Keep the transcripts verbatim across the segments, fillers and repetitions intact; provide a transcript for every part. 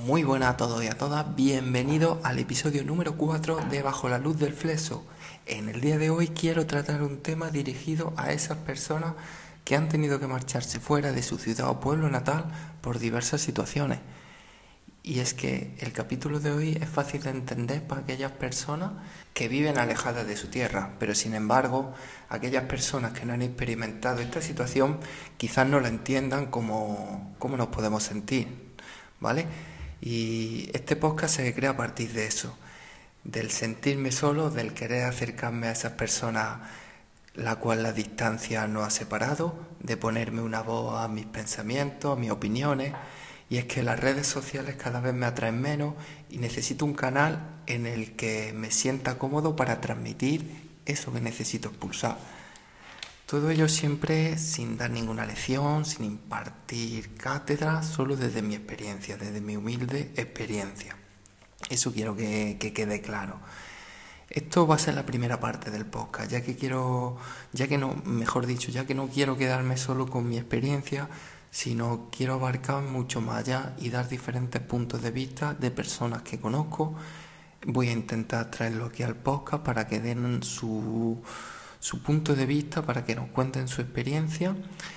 Muy buenas a todos y a todas, bienvenidos al episodio número cuatro de Bajo la Luz del Flexo. En el día de hoy quiero tratar un tema dirigido a esas personas que han tenido que marcharse fuera de su ciudad o pueblo natal por diversas situaciones. Y es que el capítulo de hoy es fácil de entender para aquellas personas que viven alejadas de su tierra, pero sin embargo, aquellas personas que no han experimentado esta situación quizás no la entiendan como, como nos podemos sentir, ¿vale? Y este podcast se crea a partir de eso, del sentirme solo, del querer acercarme a esas personas la cual la distancia nos ha separado, de ponerme una voz a mis pensamientos, a mis opiniones. Y es que las redes sociales cada vez me atraen menos y necesito un canal en el que me sienta cómodo para transmitir eso que necesito expulsar. Todo ello siempre sin dar ninguna lección, sin impartir cátedra, solo desde mi experiencia, desde mi humilde experiencia. Eso quiero que, que quede claro. Esto va a ser la primera parte del podcast, ya que quiero, ya que no, mejor dicho, ya que no quiero quedarme solo con mi experiencia, sino quiero abarcar mucho más allá y dar diferentes puntos de vista de personas que conozco. Voy a intentar traerlo aquí al podcast para que den su, su punto de vista, para que nos cuenten su experiencia,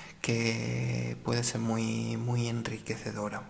que puede ser muy, muy enriquecedora.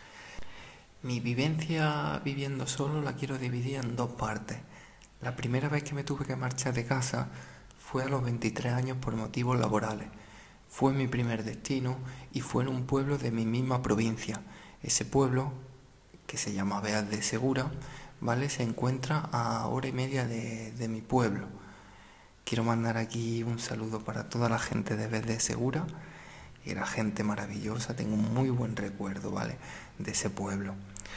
Mi vivencia viviendo solo la quiero dividir en dos partes. La primera vez que me tuve que marchar de casa fue a los veintitrés años por motivos laborales. Fue mi primer destino y fue en un pueblo de mi misma provincia. Ese pueblo, que se llama Beas de Segura, ¿vale?, se encuentra a hora y media de, de mi pueblo. Quiero mandar aquí un saludo para toda la gente de Beas de Segura. Era gente maravillosa, tengo un muy buen recuerdo, ¿vale?, de ese pueblo.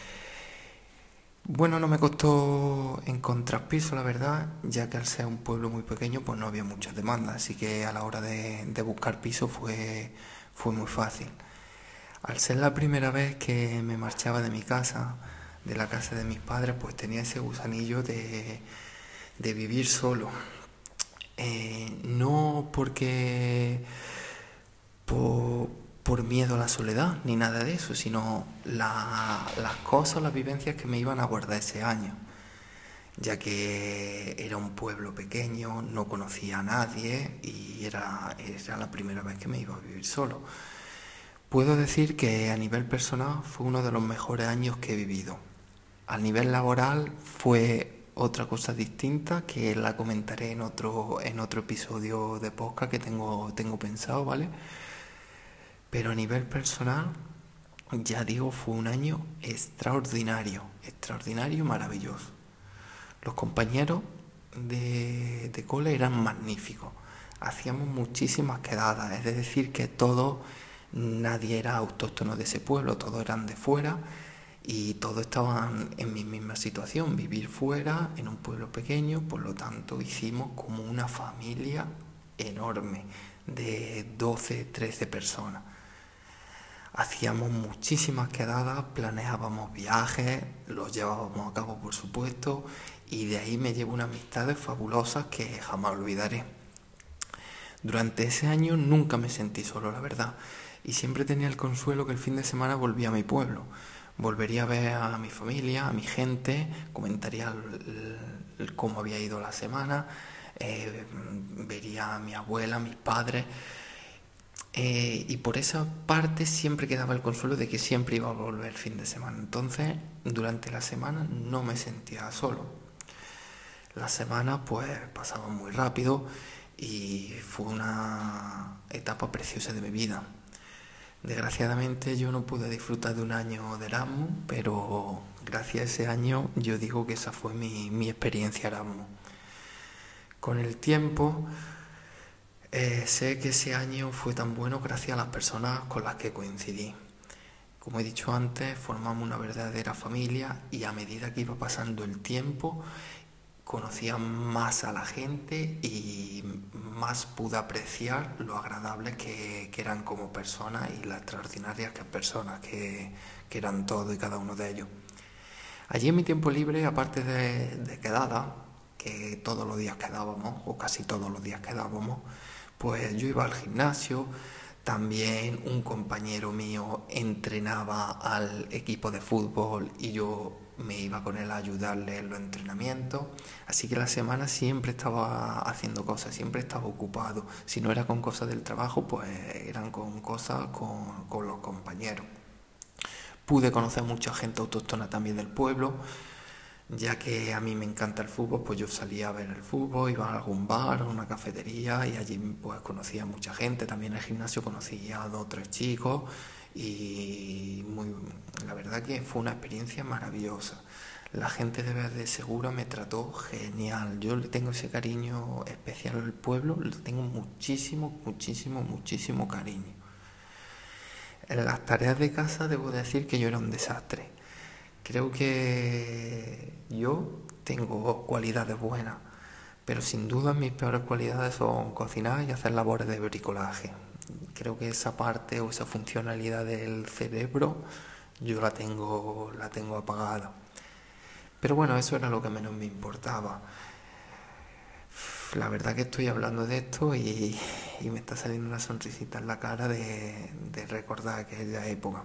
Bueno, no me costó encontrar piso, la verdad, ya que al ser un pueblo muy pequeño pues no había muchas demandas, así que a la hora de, de buscar piso fue, fue muy fácil. Al ser la primera vez que me marchaba de mi casa, de la casa de mis padres, pues tenía ese gusanillo de, de vivir solo. Eh, no porque por, por miedo a la soledad, ni nada de eso, sino la, las cosas, las vivencias que me iban a guardar ese año, ya que era un pueblo pequeño, no conocía a nadie y era, era la primera vez que me iba a vivir solo. Puedo decir que a nivel personal fue uno de los mejores años que he vivido. A nivel laboral fue otra cosa distinta que la comentaré en otro, en otro episodio de podcast que tengo, tengo pensado, ¿vale? Pero a nivel personal, ya digo, fue un año extraordinario, extraordinario y maravilloso. Los compañeros de, de cole eran magníficos. Hacíamos muchísimas quedadas, es decir, que todos, nadie era autóctono de ese pueblo, todos eran de fuera y todos estaban en mi misma situación, vivir fuera, en un pueblo pequeño, por lo tanto hicimos como una familia enorme de doce, trece personas. Hacíamos muchísimas quedadas, planeábamos viajes, los llevábamos a cabo por supuesto, y de ahí me llevo unas amistades fabulosas que jamás olvidaré. Durante ese año nunca me sentí solo, la verdad, y siempre tenía el consuelo que el fin de semana volvía a mi pueblo. Volvería a ver a mi familia, a mi gente, comentaría el, el, cómo había ido la semana, eh, vería a mi abuela, a mis padres. Eh, y por esa parte siempre quedaba el consuelo de que siempre iba a volver el fin de semana. Entonces, durante la semana no me sentía solo. Las semanas pues pasaban muy rápido y fue una etapa preciosa de mi vida. Desgraciadamente yo no pude disfrutar de un año de Erasmus, pero gracias a ese año yo digo que esa fue mi, mi experiencia Erasmus. Con el tiempo Eh, sé que ese año fue tan bueno gracias a las personas con las que coincidí. Como he dicho antes, formamos una verdadera familia y a medida que iba pasando el tiempo, conocía más a la gente y más pude apreciar lo agradables que, que eran como personas y las extraordinarias que personas que, que eran todos y cada uno de ellos. Allí en mi tiempo libre, aparte de, de quedadas, que todos los días quedábamos, o casi todos los días quedábamos, pues yo iba al gimnasio, También un compañero mío entrenaba al equipo de fútbol y yo me iba con él a ayudarle en los entrenamientos. Así que la semana siempre estaba haciendo cosas, siempre estaba ocupado. Si no era con cosas del trabajo, pues eran con cosas con, con los compañeros. Pude conocer mucha gente autóctona también del pueblo, ya que a mí me encanta el fútbol, pues yo salía a ver el fútbol, iba a algún bar, a una cafetería y allí pues conocía a mucha gente. También en el gimnasio conocía a dos o tres chicos y muy, la verdad que fue una experiencia maravillosa. La gente de Verde Segura me trató genial. Yo le tengo ese cariño especial al pueblo, le tengo muchísimo, muchísimo, muchísimo cariño. En las tareas de casa debo decir que yo era un desastre. Creo que yo tengo cualidades buenas, pero sin duda mis peores cualidades son cocinar y hacer labores de bricolaje. Creo que esa parte o esa funcionalidad del cerebro yo la tengo, la tengo apagada. Pero bueno, eso era lo que menos me importaba. La verdad que estoy hablando de esto y, y me está saliendo una sonrisita en la cara de, de recordar aquella época.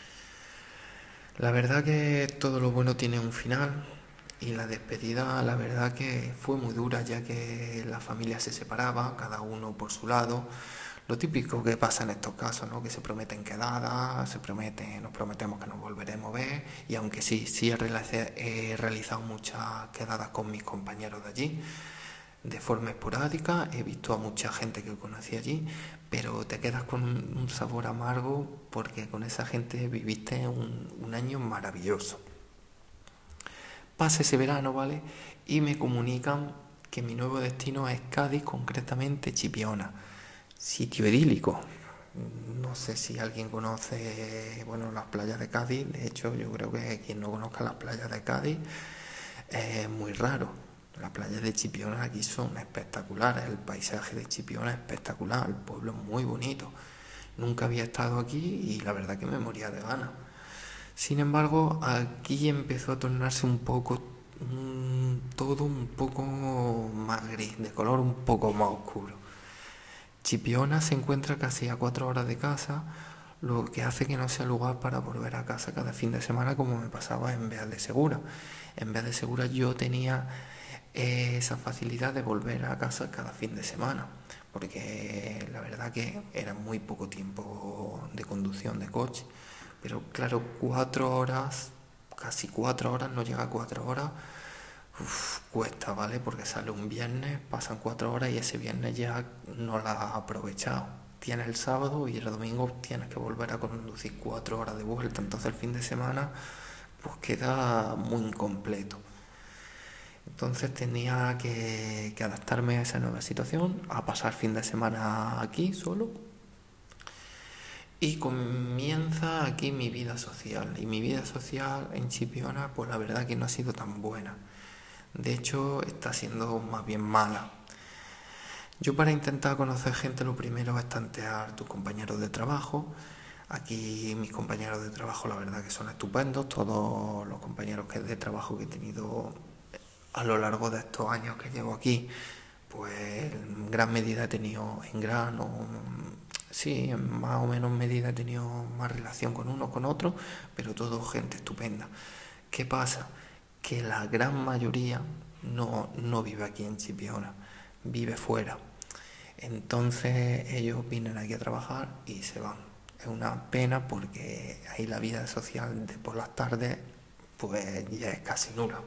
La verdad que todo lo bueno tiene un final y la despedida, la verdad que fue muy dura, ya que la familia se separaba, cada uno por su lado. Lo típico que pasa en estos casos, ¿no? Que se prometen quedadas, se promete, nos prometemos que nos volveremos a ver, y aunque sí, sí he realiza- he realizado muchas quedadas con mis compañeros de allí, de forma esporádica, he visto a mucha gente que conocí allí, pero te quedas con un, un sabor amargo porque con esa gente viviste un, un año maravilloso. Pasa ese verano, ¿vale? Y me comunican que mi nuevo destino es Cádiz, concretamente Chipiona, sitio idílico. No sé si alguien conoce, bueno, las playas de Cádiz. De hecho, yo creo que quien no conozca las playas de Cádiz es muy raro. Las playas de Chipiona aquí son espectaculares, el paisaje de Chipiona es espectacular, el pueblo es muy bonito. Nunca había estado aquí y la verdad que me moría de ganas. Sin embargo, aquí empezó a tornarse un poco, un, todo un poco más gris, de color un poco más oscuro. Chipiona se encuentra casi a cuatro horas de casa, lo que hace que no sea lugar para volver a casa cada fin de semana como me pasaba en Beas de Segura. En Beas de Segura yo tenía eh, esa facilidad de volver a casa cada fin de semana, porque la verdad que era muy poco tiempo de conducción de coche. Pero claro, cuatro horas, casi cuatro horas, no llega a cuatro horas, uf, cuesta, ¿vale? Porque sale un viernes, pasan cuatro horas y ese viernes ya no la has aprovechado. Tienes el sábado y el domingo tienes que volver a conducir cuatro horas de vuelta. Entonces el fin de semana pues queda muy incompleto. Entonces tenía que, que adaptarme a esa nueva situación, a pasar fin de semana aquí solo. Y comienza aquí mi vida social. Y mi vida social en Chipiona, pues la verdad que no ha sido tan buena. De hecho, está siendo más bien mala. Yo para intentar conocer gente lo primero es tantear tus compañeros de trabajo. Aquí mis compañeros de trabajo la verdad que son estupendos. Todos los compañeros que de trabajo que he tenido a lo largo de estos años que llevo aquí, pues en gran medida he tenido, en gran o sí, en más o menos medida he tenido más relación con unos con otros, pero todo gente estupenda. ¿Qué pasa? Que la gran mayoría no, no vive aquí en Chipiona, vive fuera. Entonces ellos vienen aquí a trabajar y se van. Es una pena porque ahí la vida social de por las tardes pues ya es casi nula.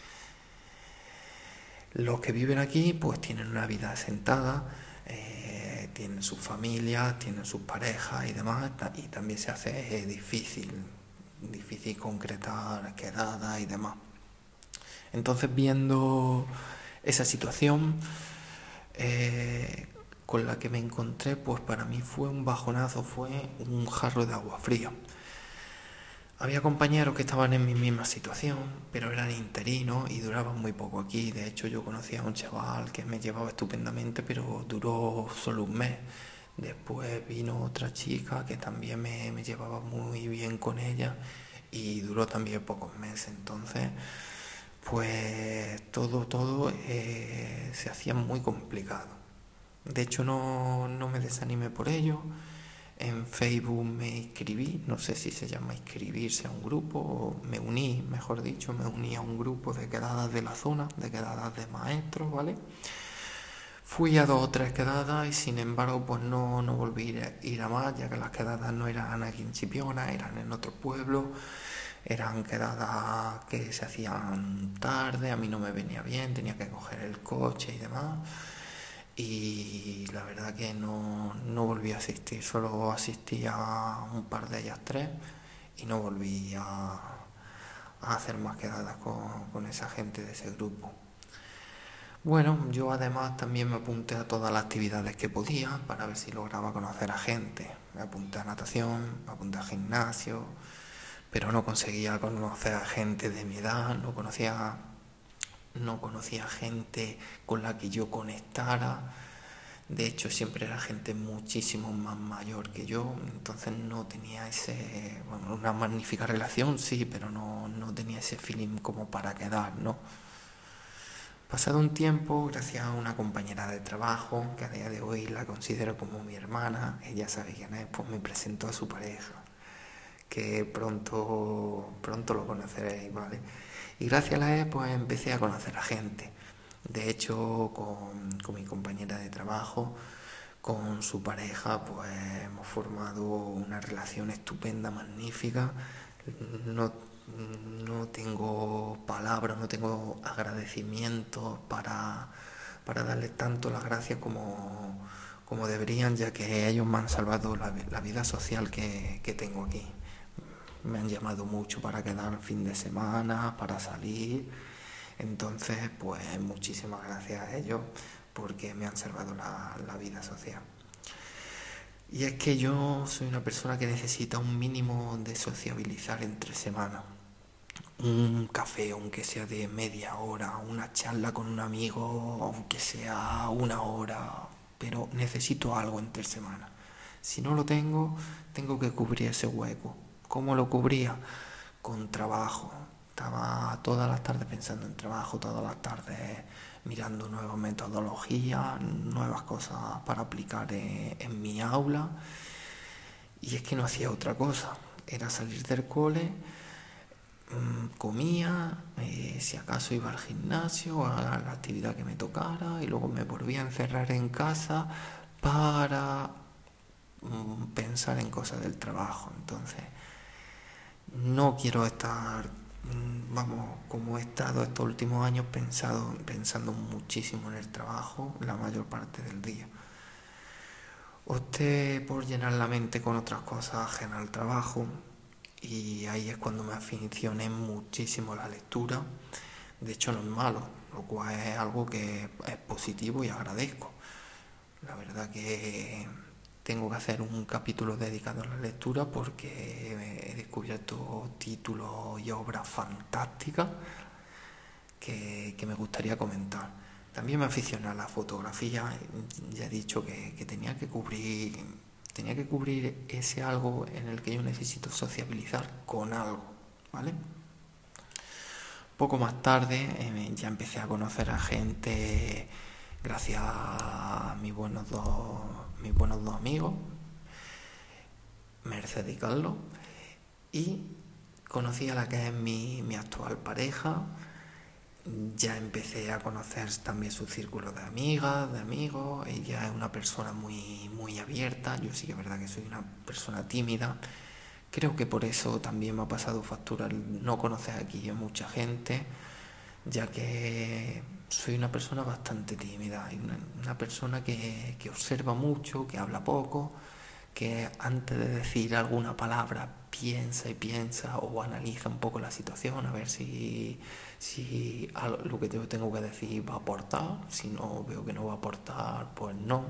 Los que viven aquí pues tienen una vida asentada, eh, tienen sus familias, tienen sus parejas y demás, y también se hace eh, difícil, difícil concretar quedadas y demás. Entonces viendo esa situación eh, con la que me encontré, pues para mí fue un bajonazo, fue un jarro de agua fría. Había compañeros que estaban en mi misma situación, pero eran interinos y duraban muy poco aquí. De hecho, yo conocía a un chaval que me llevaba estupendamente, pero duró solo un mes. Después vino otra chica que también me, me llevaba muy bien con ella y duró también pocos meses. Entonces, pues todo, todo eh, se hacía muy complicado. De hecho, no, no me desanimé por ello. en Facebook me inscribí, no sé si se llama inscribirse a un grupo, o me uní, mejor dicho, me uní a un grupo de quedadas de la zona, de quedadas de maestros, ¿vale? Fui a dos o tres quedadas y sin embargo pues no, no volví a ir a más, ya que las quedadas no eran aquí en Chipiona, eran en otro pueblo, eran quedadas que se hacían tarde, a mí no me venía bien, tenía que coger el coche y demás. Y la verdad que no, no volví a asistir, solo asistí a un par de ellas tres y no volví a, a hacer más quedadas con, con esa gente de ese grupo. Bueno, yo además también me apunté a todas las actividades que podía para ver si lograba conocer a gente. Me apunté a natación, me apunté a gimnasio, pero no conseguía conocer a gente de mi edad, no conocía, no conocía gente con la que yo conectara. De hecho, siempre era gente muchísimo más mayor que yo, entonces no tenía ese, bueno, una magnífica relación, sí, pero no, no tenía ese feeling como para quedar, ¿no? Pasado un tiempo, gracias a una compañera de trabajo, que a día de hoy la considero como mi hermana, ella sabe quién es, pues me presentó a su pareja, que pronto, pronto lo conoceréis, ¿vale? Y gracias a él, pues empecé a conocer a gente. De hecho, con, con mi compañera de trabajo, con su pareja, pues hemos formado una relación estupenda, magnífica. No, no tengo palabras, no tengo agradecimientos para, para darles tanto las gracias como, como deberían, ya que ellos me han salvado la, la vida social que, que tengo aquí. Me han llamado mucho para quedar fin de semana, para salir. Entonces, pues muchísimas gracias a ellos porque me han salvado la, la vida social. Y es que yo soy una persona que necesita un mínimo de sociabilizar entre semanas. Un café, aunque sea de media hora, una charla con un amigo, aunque sea una hora, pero necesito algo entre semanas. Si no lo tengo, tengo que cubrir ese hueco. ¿Cómo lo cubría? Con trabajo. Estaba todas las tardes pensando en trabajo, todas las tardes mirando nuevas metodologías, nuevas cosas para aplicar en, en mi aula. Y es que no hacía otra cosa. Era salir del cole, mmm, comía, eh, si acaso iba al gimnasio, a la actividad que me tocara y luego me volvía a encerrar en casa para mmm, pensar en cosas del trabajo. Entonces, no quiero estar, vamos, como he estado estos últimos años pensado, pensando muchísimo en el trabajo la mayor parte del día. Opté por llenar la mente con otras cosas ajenas al trabajo y ahí es cuando me aficioné muchísimo a la lectura. De hecho no es malo, lo cual es algo que es positivo y agradezco. La verdad que tengo que hacer un capítulo dedicado a la lectura porque he descubierto títulos y obras fantásticas que, que me gustaría comentar. También me aficioné a la fotografía, ya he dicho que, que tenía que cubrir, tenía que cubrir ese algo en el que yo necesito sociabilizar con algo, ¿vale? Poco más tarde eh, ya empecé a conocer a gente gracias a mis buenos dos, mis buenos dos amigos, Mercedes y Carlos, y conocí a la que es mi, mi actual pareja. Ya empecé a conocer también su círculo de amigas, de amigos. Ella es una persona muy, muy abierta. Yo sí que es verdad que soy una persona tímida. Creo que por eso también me ha pasado factura el no conocer aquí a mucha gente, ya que soy una persona bastante tímida, una, una persona que, que observa mucho, que habla poco, que antes de decir alguna palabra piensa y piensa o analiza un poco la situación, a ver si, si lo que yo tengo que decir va a aportar. Si no veo que no va a aportar, pues no.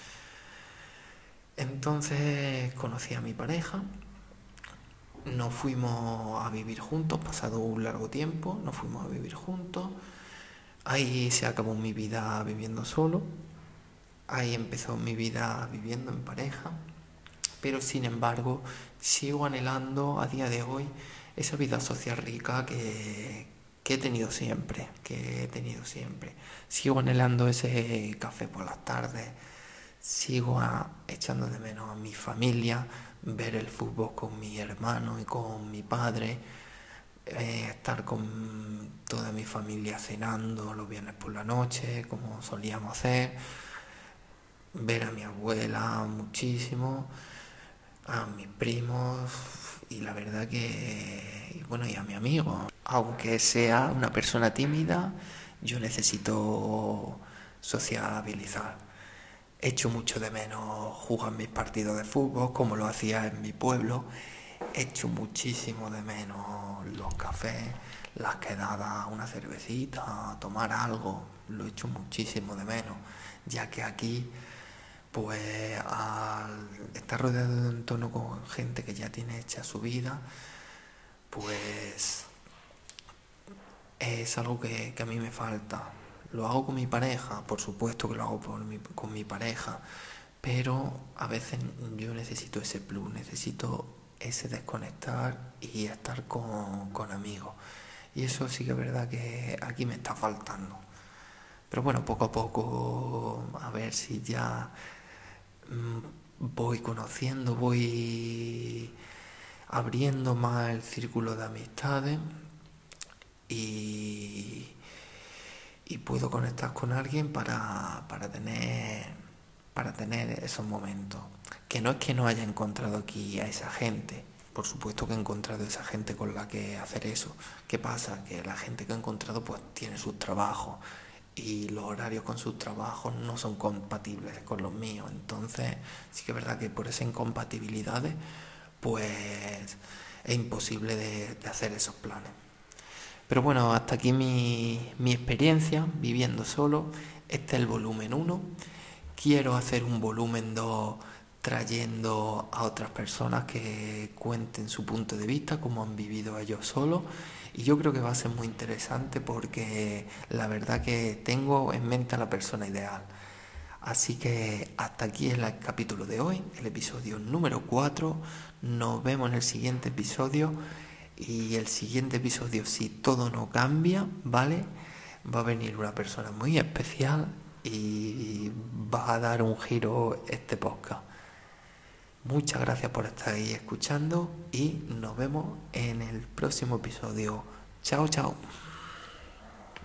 Entonces conocí a mi pareja, nos fuimos a vivir juntos, pasado un largo tiempo, nos fuimos a vivir juntos. Ahí se acabó mi vida viviendo solo, ahí empezó mi vida viviendo en pareja, pero sin embargo sigo anhelando a día de hoy esa vida social rica que, que he tenido siempre, que he tenido siempre. Sigo anhelando ese café por las tardes, sigo a- echando de menos a mi familia, ver el fútbol con mi hermano y con mi padre, eh, estar con toda mi familia cenando los viernes por la noche, como solíamos hacer, ver a mi abuela muchísimo, a mis primos y la verdad que, y bueno, y a mi amigo. Aunque sea una persona tímida, yo necesito sociabilizar. Echo mucho de menos jugar mis partidos de fútbol como lo hacía en mi pueblo. Echo muchísimo de menos los cafés, las quedadas, una cervecita, tomar algo. Lo echo muchísimo de menos, ya que aquí, pues al estar rodeado de un entorno con gente que ya tiene hecha su vida, pues es algo que, que a mí me falta. Lo hago con mi pareja, por supuesto que lo hago por mi- con mi pareja, pero a veces yo necesito ese plus, necesito ese desconectar y estar con, con amigos. Y eso sí que es verdad que aquí me está faltando. Pero bueno, poco a poco, a ver si ya mm, voy conociendo, voy abriendo más el círculo de amistades y, y puedo conectar con alguien para, para tener para tener esos momentos. Que no es que no haya encontrado aquí a esa gente, por supuesto que he encontrado a esa gente con la que hacer eso. ¿Qué pasa? Que la gente que he encontrado pues tiene sus trabajos y los horarios con sus trabajos no son compatibles con los míos. Entonces sí que es verdad que por esas incompatibilidades pues es imposible de, de hacer esos planes. Pero bueno, hasta aquí mi, mi experiencia viviendo solo. Este es el volumen uno. Quiero hacer un volumen dos trayendo a otras personas que cuenten su punto de vista, cómo han vivido ellos solos. Y yo creo que va a ser muy interesante porque la verdad que tengo en mente a la persona ideal. Así que hasta aquí es el capítulo de hoy, el episodio número cuatro. Nos vemos en el siguiente episodio. Y el siguiente episodio, si todo no cambia, ¿vale? Va a venir una persona muy especial y va a dar un giro este podcast. Muchas gracias por estar ahí escuchando y nos vemos en el próximo episodio. Chao, chao.